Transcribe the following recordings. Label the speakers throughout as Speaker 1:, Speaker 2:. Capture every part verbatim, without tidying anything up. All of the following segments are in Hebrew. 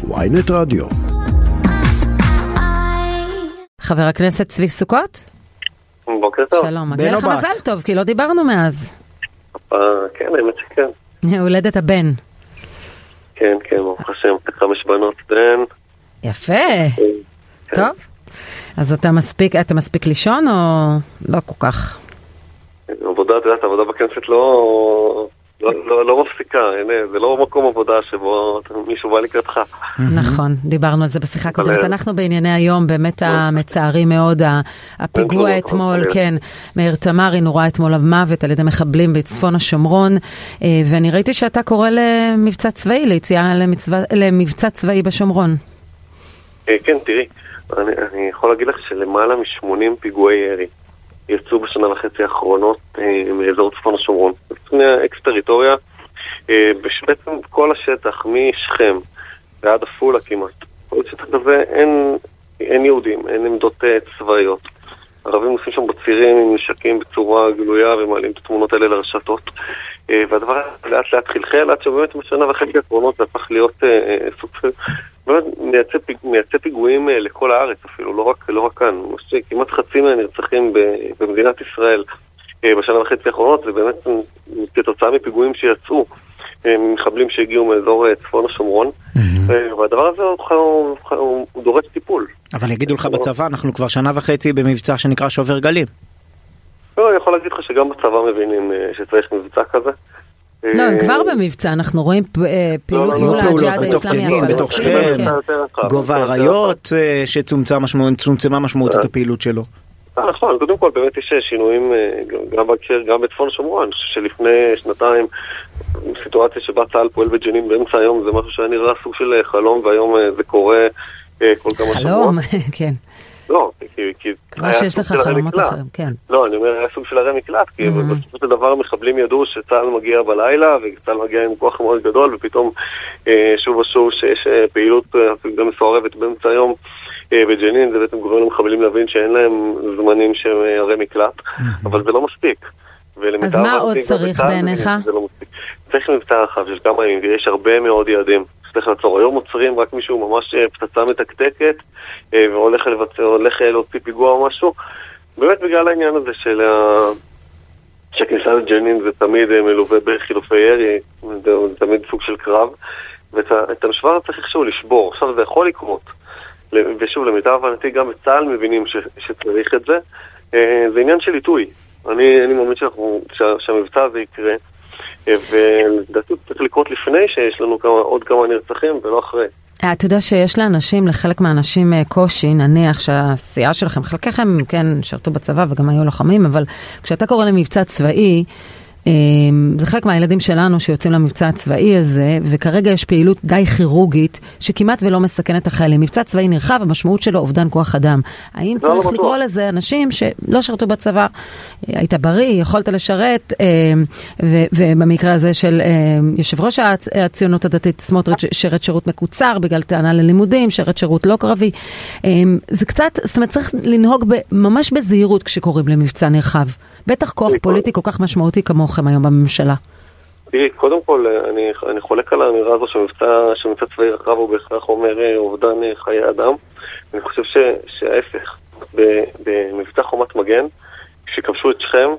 Speaker 1: וויינט רדיו.
Speaker 2: חבר הכנסת צבי סוכות?
Speaker 3: בוקר טוב.
Speaker 2: שלום, מגיע לך מזל טוב, כי לא דיברנו מאז.
Speaker 3: כן, האמת שכן.
Speaker 2: הולדת הבן.
Speaker 3: כן, כן, ברוך השם, חמש בנות בן.
Speaker 2: יפה. טוב. אז אתה מספיק, אתה מספיק לישון או לא כל כך?
Speaker 3: עבודה, אתה יודעת, עבודה בכנסת לא... לא, לא, לא מפסיקה, הנה, זה לא מקום עבודה שבו מישהו בא לקראתך.
Speaker 2: נכון, דיברנו על זה בשיחה הקודמת. אנחנו בענייני היום באמת המצערים מאוד, הפיגוע אתמול, כן, מאיר תמרי נורא אתמול למוות על ידי מחבלים בצפון השומרון, ואני ראיתי שאתה קורא למבצע צבאי, ליציאה למבצע צבאי בשומרון.
Speaker 3: כן, תראי, אני, אני יכול להגיד לך שלמעלה מ-שמונים פיגועי ירי יצאו בשנה וחצי האחרונות אה, מאזור צפון השומרון. אקס-טריטוריה, אה, בעצם כל השטח, משכם ועד אפולה כמעט. כל השטח הזה אין, אין יהודים, אין עמדות אה, צבאיות. ערבים עושים שם בצירים עם נשקים בצורה גלויה ומעלים את התמונות האלה לרשתות. אה, והדבר לאט לאט חלחל, עד שבאמת בשנה וחצי האחרונות זה הפך להיות אה, סוג של... באמת מייצא, פיג, מייצא פיגועים אה, לכל הארץ אפילו, לא רק, לא רק כאן. כמעט חצי מהנרצחים במדינת ישראל אה, בשנה וחצי האחרונות, זה באמת כתוצאה מפיגועים שיצאו אה, מחבלים שהגיעו מאזור אה, צפון השומרון, mm-hmm. אה, והדבר הזה הוא, הוא, הוא, הוא דורש טיפול.
Speaker 4: אבל יגידו לך בצבא, אנחנו כבר שנה וחצי במבצע שנקרא שובר גלים.
Speaker 3: לא, אני יכול להגיד לך שגם בצבא מבינים אה, שצריך מבצע כזה.
Speaker 2: לא, הם כבר במבצע, אנחנו רואים פעילות מול הג'יהאד האסלאמי הפלסטיני.
Speaker 4: בתוך שכם, גובה האריות שצומצמה משמעותית הפעילות שלו.
Speaker 3: נכון, קודם כל באמת יש שינויים גם בהקשר, גם בצפון השומרון, שלפני שנתיים סיטואציה שבה צה"ל פועל בג'נין באמצע היום זה משהו שהיה נראה סוג של חלום, והיום זה קורה כל כמה שבועות.
Speaker 2: חלום, כן.
Speaker 3: לא, כי...
Speaker 2: כמו שיש לך חלומות אחרים, כן.
Speaker 3: לא, אני אומר, היה סוג של הרי מקלט, כי בסופו של דבר המחבלים ידעו שצה"ל מגיע בלילה, וצה"ל מגיע עם כוח מאוד גדול, ופתאום שוב ושוב שיש פעילות גם מסוערבת באמצע היום בג'נין, זה בעצם גורם למחבלים להבין שאין להם זמנים שהם הרי מקלט, אבל זה לא מספיק.
Speaker 2: אז מה עוד צריך בעיניך?
Speaker 3: זה לא מספיק. צריך מבצע רחב של כמה ימים, ויש הרבה מאוד יעדים. צריך לעצור. היום עוצרים רק מישהו ממש פצצה מתקתקת, והולך לבצע, הולך להוציא פיגוע או משהו. באמת בגלל העניין הזה של שהכניסה לג'נין זה תמיד מלווה בחילופי ירי, זה תמיד סוג של קרב, ואת המשבר צריך איכשהו לשבור. עכשיו זה יכול לקרות. ושוב, למיטב הבנתי גם בצה"ל מבינים ש, שצריך את זה. זה עניין של עיתוי. אני, אני מאמין שאנחנו, שה, שהמבצע הזה יקרה, ולדעתי צריך לקרות לפני שיש לנו כמה, עוד כמה נרצחים ולא אחרי.
Speaker 2: אתה יודע שיש לאנשים, לחלק מהאנשים קושי, נניח שהסיעה שלכם, חלקכם כן שרתו בצבא וגם היו לוחמים, אבל כשאתה קורא למבצע צבאי, זה חלק מהילדים שלנו שיוצאים למבצע הצבאי הזה, וכרגע יש פעילות די כירורגית שכמעט ולא מסכנת החיילים. מבצע צבאי נרחב, המשמעות שלו אובדן כוח אדם. האם צריך לקרוא לזה אנשים שלא שרתו בצבא, היית בריא, יכולת לשרת, ובמקרה הזה של יושב ראש הציונות הדתית סמוטריץ' שרת שירות מקוצר בגלל טענה ללימודים, שרת שירות לא קרבי. זה קצת, זאת אומרת, צריך לנהוג ממש בזהירות כשקוראים למבצע נרחב. בטח כוח פוליטי כל כך משמעותי כמוכם היום בממשלה.
Speaker 3: תראי, קודם כל, אני, אני חולק על האמירה הזו שמבצע, שמבצע צבאי רחב הוא בהכרח אומר אובדן חיי אדם. אני חושב ש, שההפך, במבצע חומת מגן, שכבשו את שכם,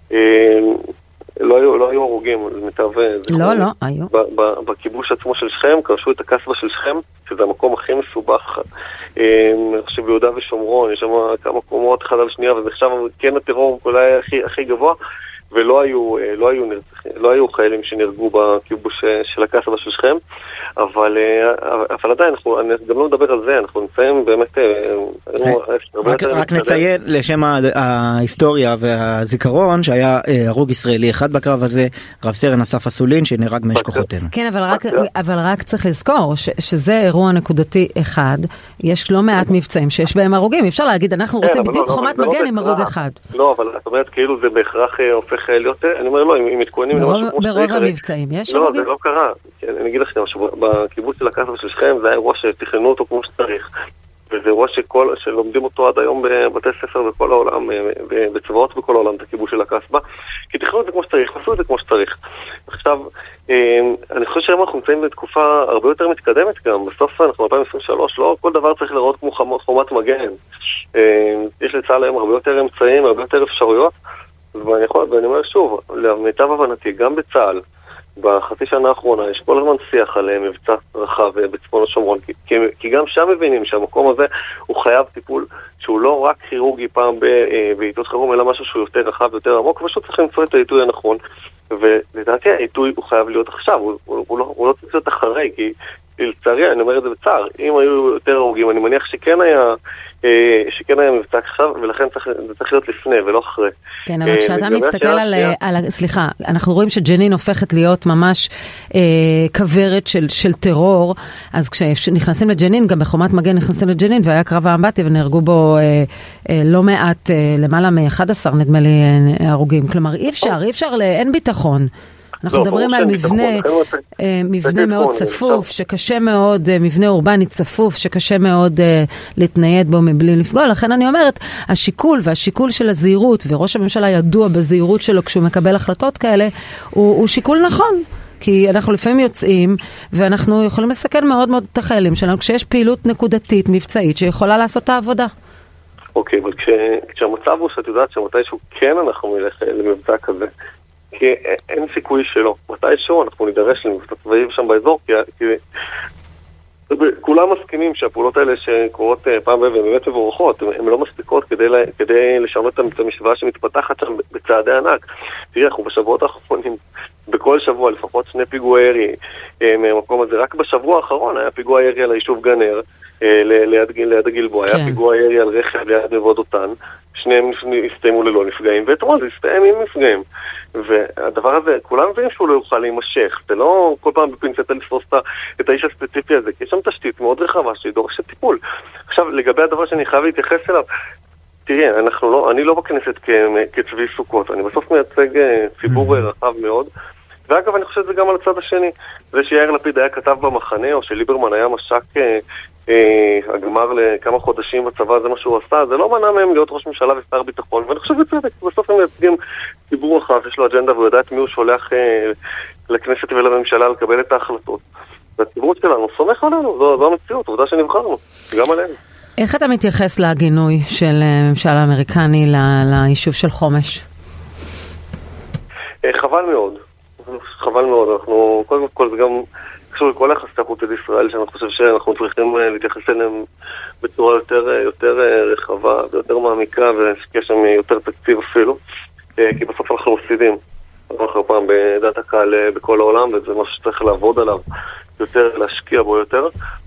Speaker 3: לא היו, לא היו הרוגים.
Speaker 2: לא, לא, היו.
Speaker 3: בכיבוש עצמו של שכם, כבשו את הקסבה של שכם, שזה המקום הכי מסובך. אני חושב ביהודה ושומרון, יש שם כמה קומות אחד על שנייה, וזה עכשיו כן הטרור אולי הכי, הכי גבוה, ולא היו, לא היו נרצחים, לא היו חיילים שנהרגו בכיבוש של הקסבה של שכם, אבל, אבל עדיין, אנחנו, אני גם לא מדבר על זה, אנחנו נמצאים באמת...
Speaker 4: רק, רק נציין לשם ההיסטוריה והזיכרון, שהיה הרוג ישראלי אחד בקרב הזה, רב סרן אסף אסולין, שנהרג מאש כוחותינו.
Speaker 2: כן, אבל רק, אבל רק צריך לזכור ש, שזה אירוע נקודתי אחד, יש לא מעט מבצעים שיש בהם הרוגים, אפשר להגיד, אנחנו רוצים בדיוק חומת מגן עם הרוג אחד.
Speaker 3: לא, אבל את אומרת, כאילו זה בהכרח הופך להיות, אני אומר לא, אם מתכוננים למשהו כמו שצריך...
Speaker 2: ברוב המבצעים, יש
Speaker 3: הרוגים? לא, זה לא קרה. אני אגיד לכם, בקיבוץ של הקסבה של שכם, זה היה אירוע שתכננו אותו כמו שצריך. וזה אירוע שכל, שלומדים אותו עד היום בבתי ספר בכל העולם, בצבאות בכל העולם, את הכיבוש של הקסבה, כי תכנו את זה כמו שצריך, עשו את זה כמו שצריך. עכשיו, אני חושב שהיום אנחנו נמצאים בתקופה הרבה יותר מתקדמת גם, בסוף אנחנו אלפיים עשרים ושלוש, לא כל דבר צריך לראות כמו חומת מגן. יש לצה"ל היום הרבה יותר אמצעים, הרבה יותר אפשרויות, ואני יכול, ואני אומר שוב, למיטב הבנתי, גם בצה"ל, בחצי שנה האחרונה יש כל הזמן שיח על מבצע רחב בצפון השומרון, כי, כי גם שם מבינים שהמקום הזה הוא חייב טיפול שהוא לא רק כירורגי פעם בעיתות חירום, אלא משהו שהוא יותר רחב, יותר עמוק, פשוט צריך למצוא את העיתוי הנכון, ולדעתי העיתוי הוא חייב להיות עכשיו, הוא, הוא, הוא, לא, הוא לא צריך להיות אחרי, כי לצערי, אני אומר את זה בצער, אם היו יותר הרוגים, אני מניח שכן היה, שכן היה מבצע עכשיו, ולכן צריך, זה צריך להיות לפני ולא אחרי.
Speaker 2: כן, אבל כשאתה מסתכל על, על, סליחה, אנחנו רואים שג'נין הופכת להיות ממש אה, כברת של, של טרור, אז כשנכנסים לג'נין, גם בחומת מגן נכנסים לג'נין, והיה קרב האמבטיה ונהרגו בו אה, אה, לא מעט, אה, למעלה מ-אחד עשר נדמה לי אה, הרוגים. כלומר, אי אפשר, אי אפשר, אין ביטחון. אנחנו מדברים על מבנה, מבנה מאוד צפוף, שקשה מאוד, מבנה אורבני צפוף, שקשה מאוד להתנייד בו מבלי לפגוע. לכן אני אומרת, השיקול והשיקול של הזהירות, וראש הממשלה ידוע בזהירות שלו כשהוא מקבל החלטות כאלה, הוא, הוא שיקול נכון. כי אנחנו לפעמים יוצאים, ואנחנו יכולים לסכן מאוד מאוד את החיילים שלנו, כשיש פעילות נקודתית, מבצעית, שיכולה לעשות את העבודה.
Speaker 3: אוקיי, אבל כשהמצב הוא שאת יודעת שמתישהו כן אנחנו נלך למבצע כזה, כי אין סיכוי שלא. מתישהו אנחנו נידרש למבצע צבאי שם באזור, כי, כי כולם מסכימים שהפעולות האלה שקורות פעם והן באמת מבורכות, הן לא מספיקות כדי, כדי לשנות את המשוואה שמתפתחת שם בצעדי ענק. תראה, אנחנו בשבועות האחרונים, בכל שבוע לפחות שני פיגועי ירי מהמקום הזה. רק בשבוע האחרון היה פיגוע ירי על היישוב גנר, ליד, ליד הגלבוע, כן. היה פיגוע ירי על רכב ליד מבוא דותן, שניהם הסתיימו ללא נפגעים, ואתמול זה הסתיים עם נפגעים. והדבר הזה, כולם מבינים שהוא לא יוכל להימשך, זה לא כל פעם בפינצטה לפרוס את האיש הספציפי הזה, כי יש שם תשתית מאוד רחבה שדורשת טיפול. עכשיו, לגבי הדבר שאני חייב להתייחס אליו, תראה, אנחנו לא, אני לא בכנסת כצבי סוכות, אני בסוף מייצג ציבור רחב מאוד, ואגב, אני חושב שזה גם על הצד השני. זה שיאיר לפיד היה כתב במחנה, או שליברמן היה משק אה, אה, הגמר לכמה חודשים בצבא, זה מה שהוא עשה, זה לא מנע מהם להיות ראש ממשלה ושר ביטחון, ואני חושב בצדק, בסוף הם מייצגים ציבור רחב, יש לו אג'נדה, והוא יודע את מי הוא שולח אה, לכנסת ולממשלה לקבל את ההחלטות. והציבור שלנו סומך עלינו, זו, זו המציאות, עובדה שנבחרנו, גם עלינו.
Speaker 2: איך אתה מתייחס לגינוי של ממשל האמריקני ליישוב של חומש?
Speaker 3: אה, חבל מאוד. חבל מאוד, אנחנו, קודם כל זה גם קשור לכל יחסי החוץ של ישראל, שאני חושב שאנחנו צריכים להתייחס אליהם בצורה יותר, יותר רחבה ויותר מעמיקה, ויש שם יותר תקציב אפילו, כי בסוף אנחנו מפסידים אחר פעם בדעת הקהל בכל העולם, וזה משהו שצריך לעבוד עליו יותר, להשקיע בו יותר,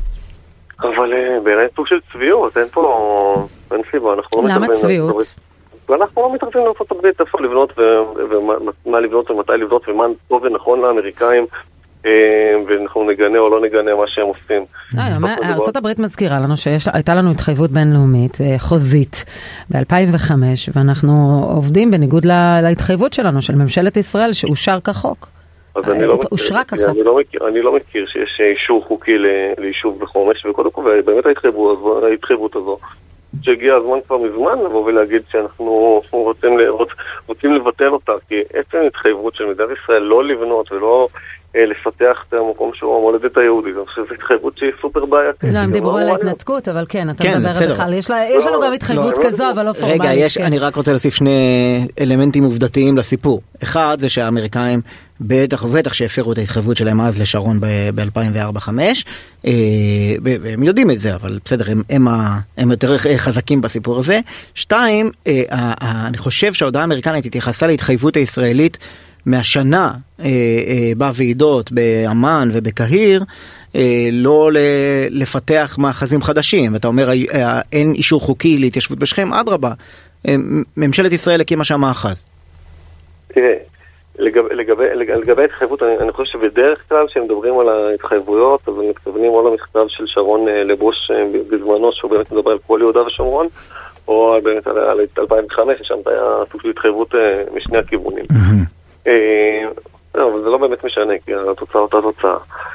Speaker 3: אבל בעיניי סוג של צביעות, אין פה, אין סיבה, אנחנו לא
Speaker 2: למה צביעות?
Speaker 3: ואנחנו לא מתרצים לארצות הברית איפה לבנות ומה לבנות ומתי לבנות ומה טוב ונכון לאמריקאים, ואנחנו נגנה או לא נגנה מה שהם עושים.
Speaker 2: ארצות הברית מזכירה לנו שהייתה לנו התחייבות בינלאומית חוזית ב-אלפיים וחמש, ואנחנו עובדים בניגוד להתחייבות שלנו, של ממשלת ישראל, שאושר כחוק.
Speaker 3: אז אני לא מכיר שיש אישור חוקי ליישוב בחומש, וקודם כל באמת ההתחייבות הזו שהגיע הזמן כבר מזמן לבוא ולהגיד שאנחנו רוצים, רוצים לבטל אותה, כי עצם התחייבות של מדינת ישראל לא לבנות ולא אה, לפתח את המקום שהוא המולדת היהודית, אני חושב שזו התחייבות שהיא סופר בעייתית.
Speaker 2: לא, הם דיברו על ההתנתקות, אבל כן, אתה מדבר בכלל, יש לנו גם התחייבות כזו, אבל לא פורמלית.
Speaker 4: רגע, אני רק רוצה להוסיף שני אלמנטים עובדתיים לסיפור. אחד, זה שהאמריקאים בטח ובטח שהפרו את ההתחייבות שלהם אז לשרון ב-אלפיים וארבע חמש, והם יודעים את זה, אבל בסדר, הם יותר חזקים בסיפור הזה. שתיים, אני חושב שההודעה האמריקנית התייחסה להתחייבות הישראלית מהשנה בוועידות באמן ובקהיר, לא לפתח מאחזים חדשים. ואתה אומר, אין אישור חוקי להתיישבות בשכם, אדרבה, ממשלת ישראל הקימה שם מאחז.
Speaker 3: תראה, לגבי, לגבי, לגבי ההתחייבות, אני, אני חושב שבדרך כלל כשהם מדברים על ההתחייבויות, אז הם מתכוונים או למכתב של שרון לבוש בזמנו, שהוא באמת מדבר על כל יהודה ושומרון, או באמת על, על אלפיים וחמש, ששם היה סוג של התחייבות משני הכיוונים. אבל זה לא באמת משנה, כי התוצאה אותה תוצאה.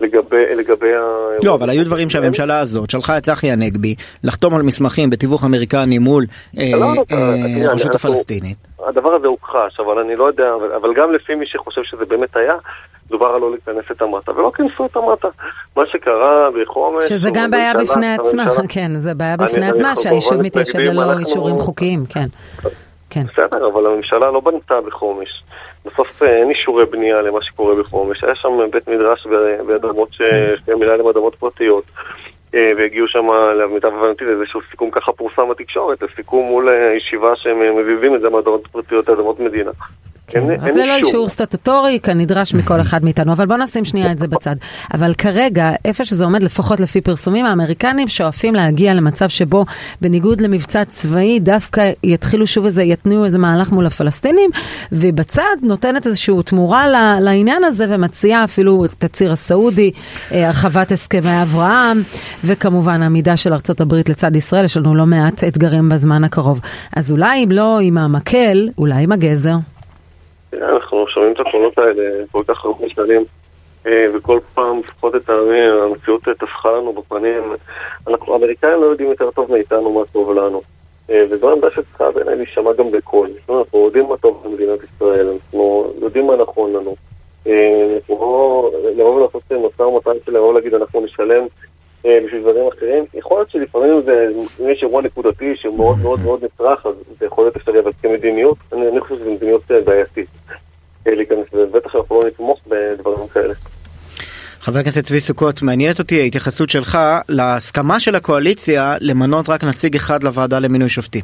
Speaker 3: לגבי, לגבי ה...
Speaker 4: לא, אבל היו דברים שהממשלה הזאת שלחה את צחי הנגבי לחתום על מסמכים בתיווך אמריקני מול הרשות הפלסטינית.
Speaker 3: הדבר הזה הוכחש, אבל אני לא יודע, אבל גם לפי מי שחושב שזה באמת היה, דובר על לא להיכנס את המטה, ולא כנסו את המטה. מה שקרה בחומש...
Speaker 2: שזה גם בעיה בפני עצמה, כן, זה בעיה בפני עצמה, שהיישוב מתיישב ללא אישורים חוקיים, כן. כן.
Speaker 3: בסדר, אבל הממשלה לא בנתה בחומש. בסוף אין אישורי בנייה למה שקורה בחומש. היה שם בית מדרש באדמות שמילא להם אדמות פרטיות, והגיעו שם למיטב הבנתי לאיזשהו סיכום ככה פורסם בתקשורת, לסיכום מול ישיבה שהם מביבים את זה מאדמות פרטיות לאדמות מדינה.
Speaker 2: רק ללא אישור סטטוטורי כנדרש מכל אחד מאיתנו, אבל בוא נשים שנייה את זה בצד. אבל כרגע, איפה שזה עומד לפחות לפי פרסומים, האמריקנים שואפים להגיע למצב שבו בניגוד למבצע צבאי דווקא יתחילו שוב איזה, יתניעו איזה מהלך מול הפלסטינים, ובצד נותנת איזשהו תמורה לעניין הזה ומציעה אפילו את הציר הסעודי, הרחבת הסכמי אברהם, וכמובן העמידה של ארצות הברית לצד ישראל, יש לנו לא מעט אתגרים בזמן הקרוב. אז אולי אם לא עם המקל, אולי עם הגזר.
Speaker 3: אנחנו שומעים את הקולות האלה כל כך הרבה שנים, וכל פעם לפחות את המציאות תפחה לנו בפנים. אנחנו, האמריקאים לא יודעים יותר טוב מאיתנו מה טוב לנו, וזו עמדה שצריכה בעיניי להישמע גם בקול. אנחנו יודעים מה טוב במדינת ישראל, אנחנו יודעים מה נכון לנו. אנחנו לבוא ולעשות מסע ומתן של לבוא להגיד אנחנו נשלם בשביל דברים אחרים. יכול להיות שלפעמים זה, אם יש אירוע נקודתי שמאוד מאוד מאוד נצרך, אז זה יכול להיות אפשרי, אבל כמדיניות, אני, אני חושב שזו מדיניות בעייתית להיכנס, ובטח שאנחנו לא נתמוך בדברים כאלה.
Speaker 4: חבר הכנסת צבי סוכות, מעניינת אותי ההתייחסות שלך להסכמה של הקואליציה למנות רק נציג אחד לוועדה למינוי שופטים.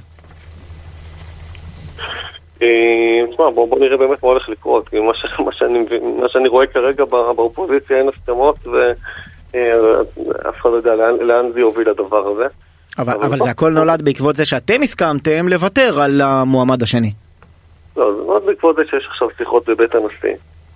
Speaker 3: תשמע, בוא, בוא נראה באמת מה הולך לקרות, כי מה, ש, מה, שאני, מה שאני רואה כרגע באופוזיציה אין הסכמות, ו... אף אחד לא יודע לאן, לאן זה יוביל הדבר הזה.
Speaker 4: אבל, אבל, אבל זה הכל נולד בעקבות זה שאתם הסכמתם לוותר על המועמד השני.
Speaker 3: לא, זה נולד בעקבות זה שיש עכשיו שיחות בבית הנשיא.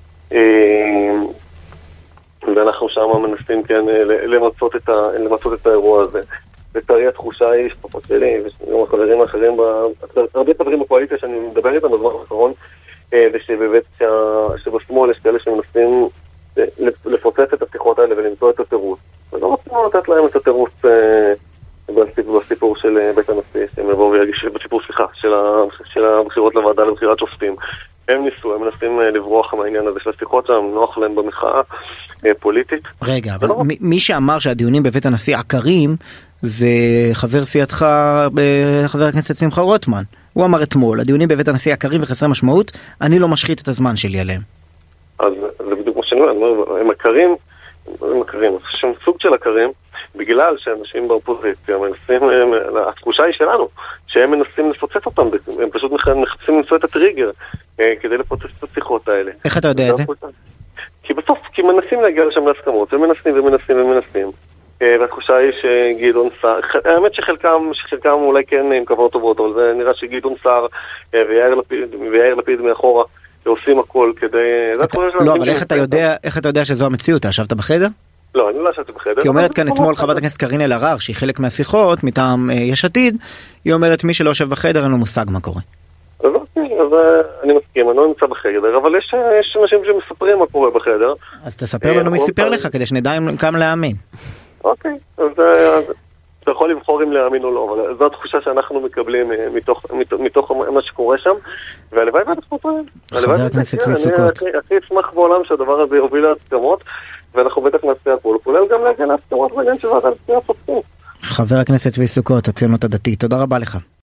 Speaker 3: ואנחנו שם מנסים כן למצות את, ה, למצות את האירוע הזה. לצערי התחושה היא שפחות שלי, וגם החברים האחרים, הרבה חברים בקואליציה שאני מדבר איתם בזמן האחרון, ושבאמת שבשמאל יש כאלה שמנסים לפוצץ את הפתיחות האלה ולמצוא את התירוץ. ולא רוצים לתת להם את התירוץ בסיפור של בית הנשיא, שהם יבואו ויגישו, בסיפור סליחה, של הבחירות לוועדה לבחירת שופטים. הם ניסו, הם מנסים לברוח מהעניין הזה של השיחות שם, נוח להם במחאה פוליטית.
Speaker 4: רגע, אבל מי שאמר שהדיונים בבית הנשיא עקרים, זה חבר סיעתך, חבר הכנסת שמחה רוטמן. הוא אמר אתמול, הדיונים בבית הנשיא עקרים וחסרי משמעות, אני לא משחית את הזמן שלי עליהם.
Speaker 3: אז זה בדיוק מה שאני אומר, הם עקרים, הם עקרים, שם סוג של עקרים, בגלל שאנשים באופוזיציה מנסים, התחושה היא שלנו, שהם מנסים לפוצץ אותם, הם פשוט מחפשים למצוא את הטריגר כדי לפוצץ את השיחות האלה.
Speaker 4: איך אתה יודע את זה?
Speaker 3: כי בסוף, כי מנסים להגיע לשם להסכמות, הם מנסים ומנסים ומנסים, והתחושה היא שגדעון סער, האמת שחלקם, שחלקם אולי כן עם כבוד טובות, אבל זה נראה שגדעון סער ויאיר לפיד, ויאיר לפיד מאחורה, שעושים הכל כדי...
Speaker 4: לא, אבל איך אתה יודע, איך אתה יודע שזו המציאות? אתה ישבת בחדר?
Speaker 3: לא, אני לא ישבתי בחדר.
Speaker 4: כי אומרת כאן אתמול חברת הכנסת קארין אלהרר, שהיא חלק מהשיחות מטעם יש עתיד, היא אומרת מי שלא יושב בחדר אין לו מושג מה קורה.
Speaker 3: אז אני מסכים, אני לא נמצא בחדר, אבל יש אנשים שמספרים מה קורה בחדר.
Speaker 4: אז תספר לנו מי סיפר לך, כדי שנדע כמה להאמין.
Speaker 3: אוקיי, אז אתה יכול לבחור אם להאמין או לא, אבל זו התחושה שאנחנו מקבלים מתוך, מתוך מה שקורה שם, והלוואי ואנחנו טועים.
Speaker 4: חבר הכנסת צבי סוכות.
Speaker 3: אני הכי אשמח בעולם שהדבר הזה יוביל להסכמות, ואנחנו בטח נעשה הכל, כולל גם להגיע להסכמות בעניין של ועדת הבחירות.
Speaker 4: חבר הכנסת צבי סוכות, הציונות הדתית, תודה רבה לך.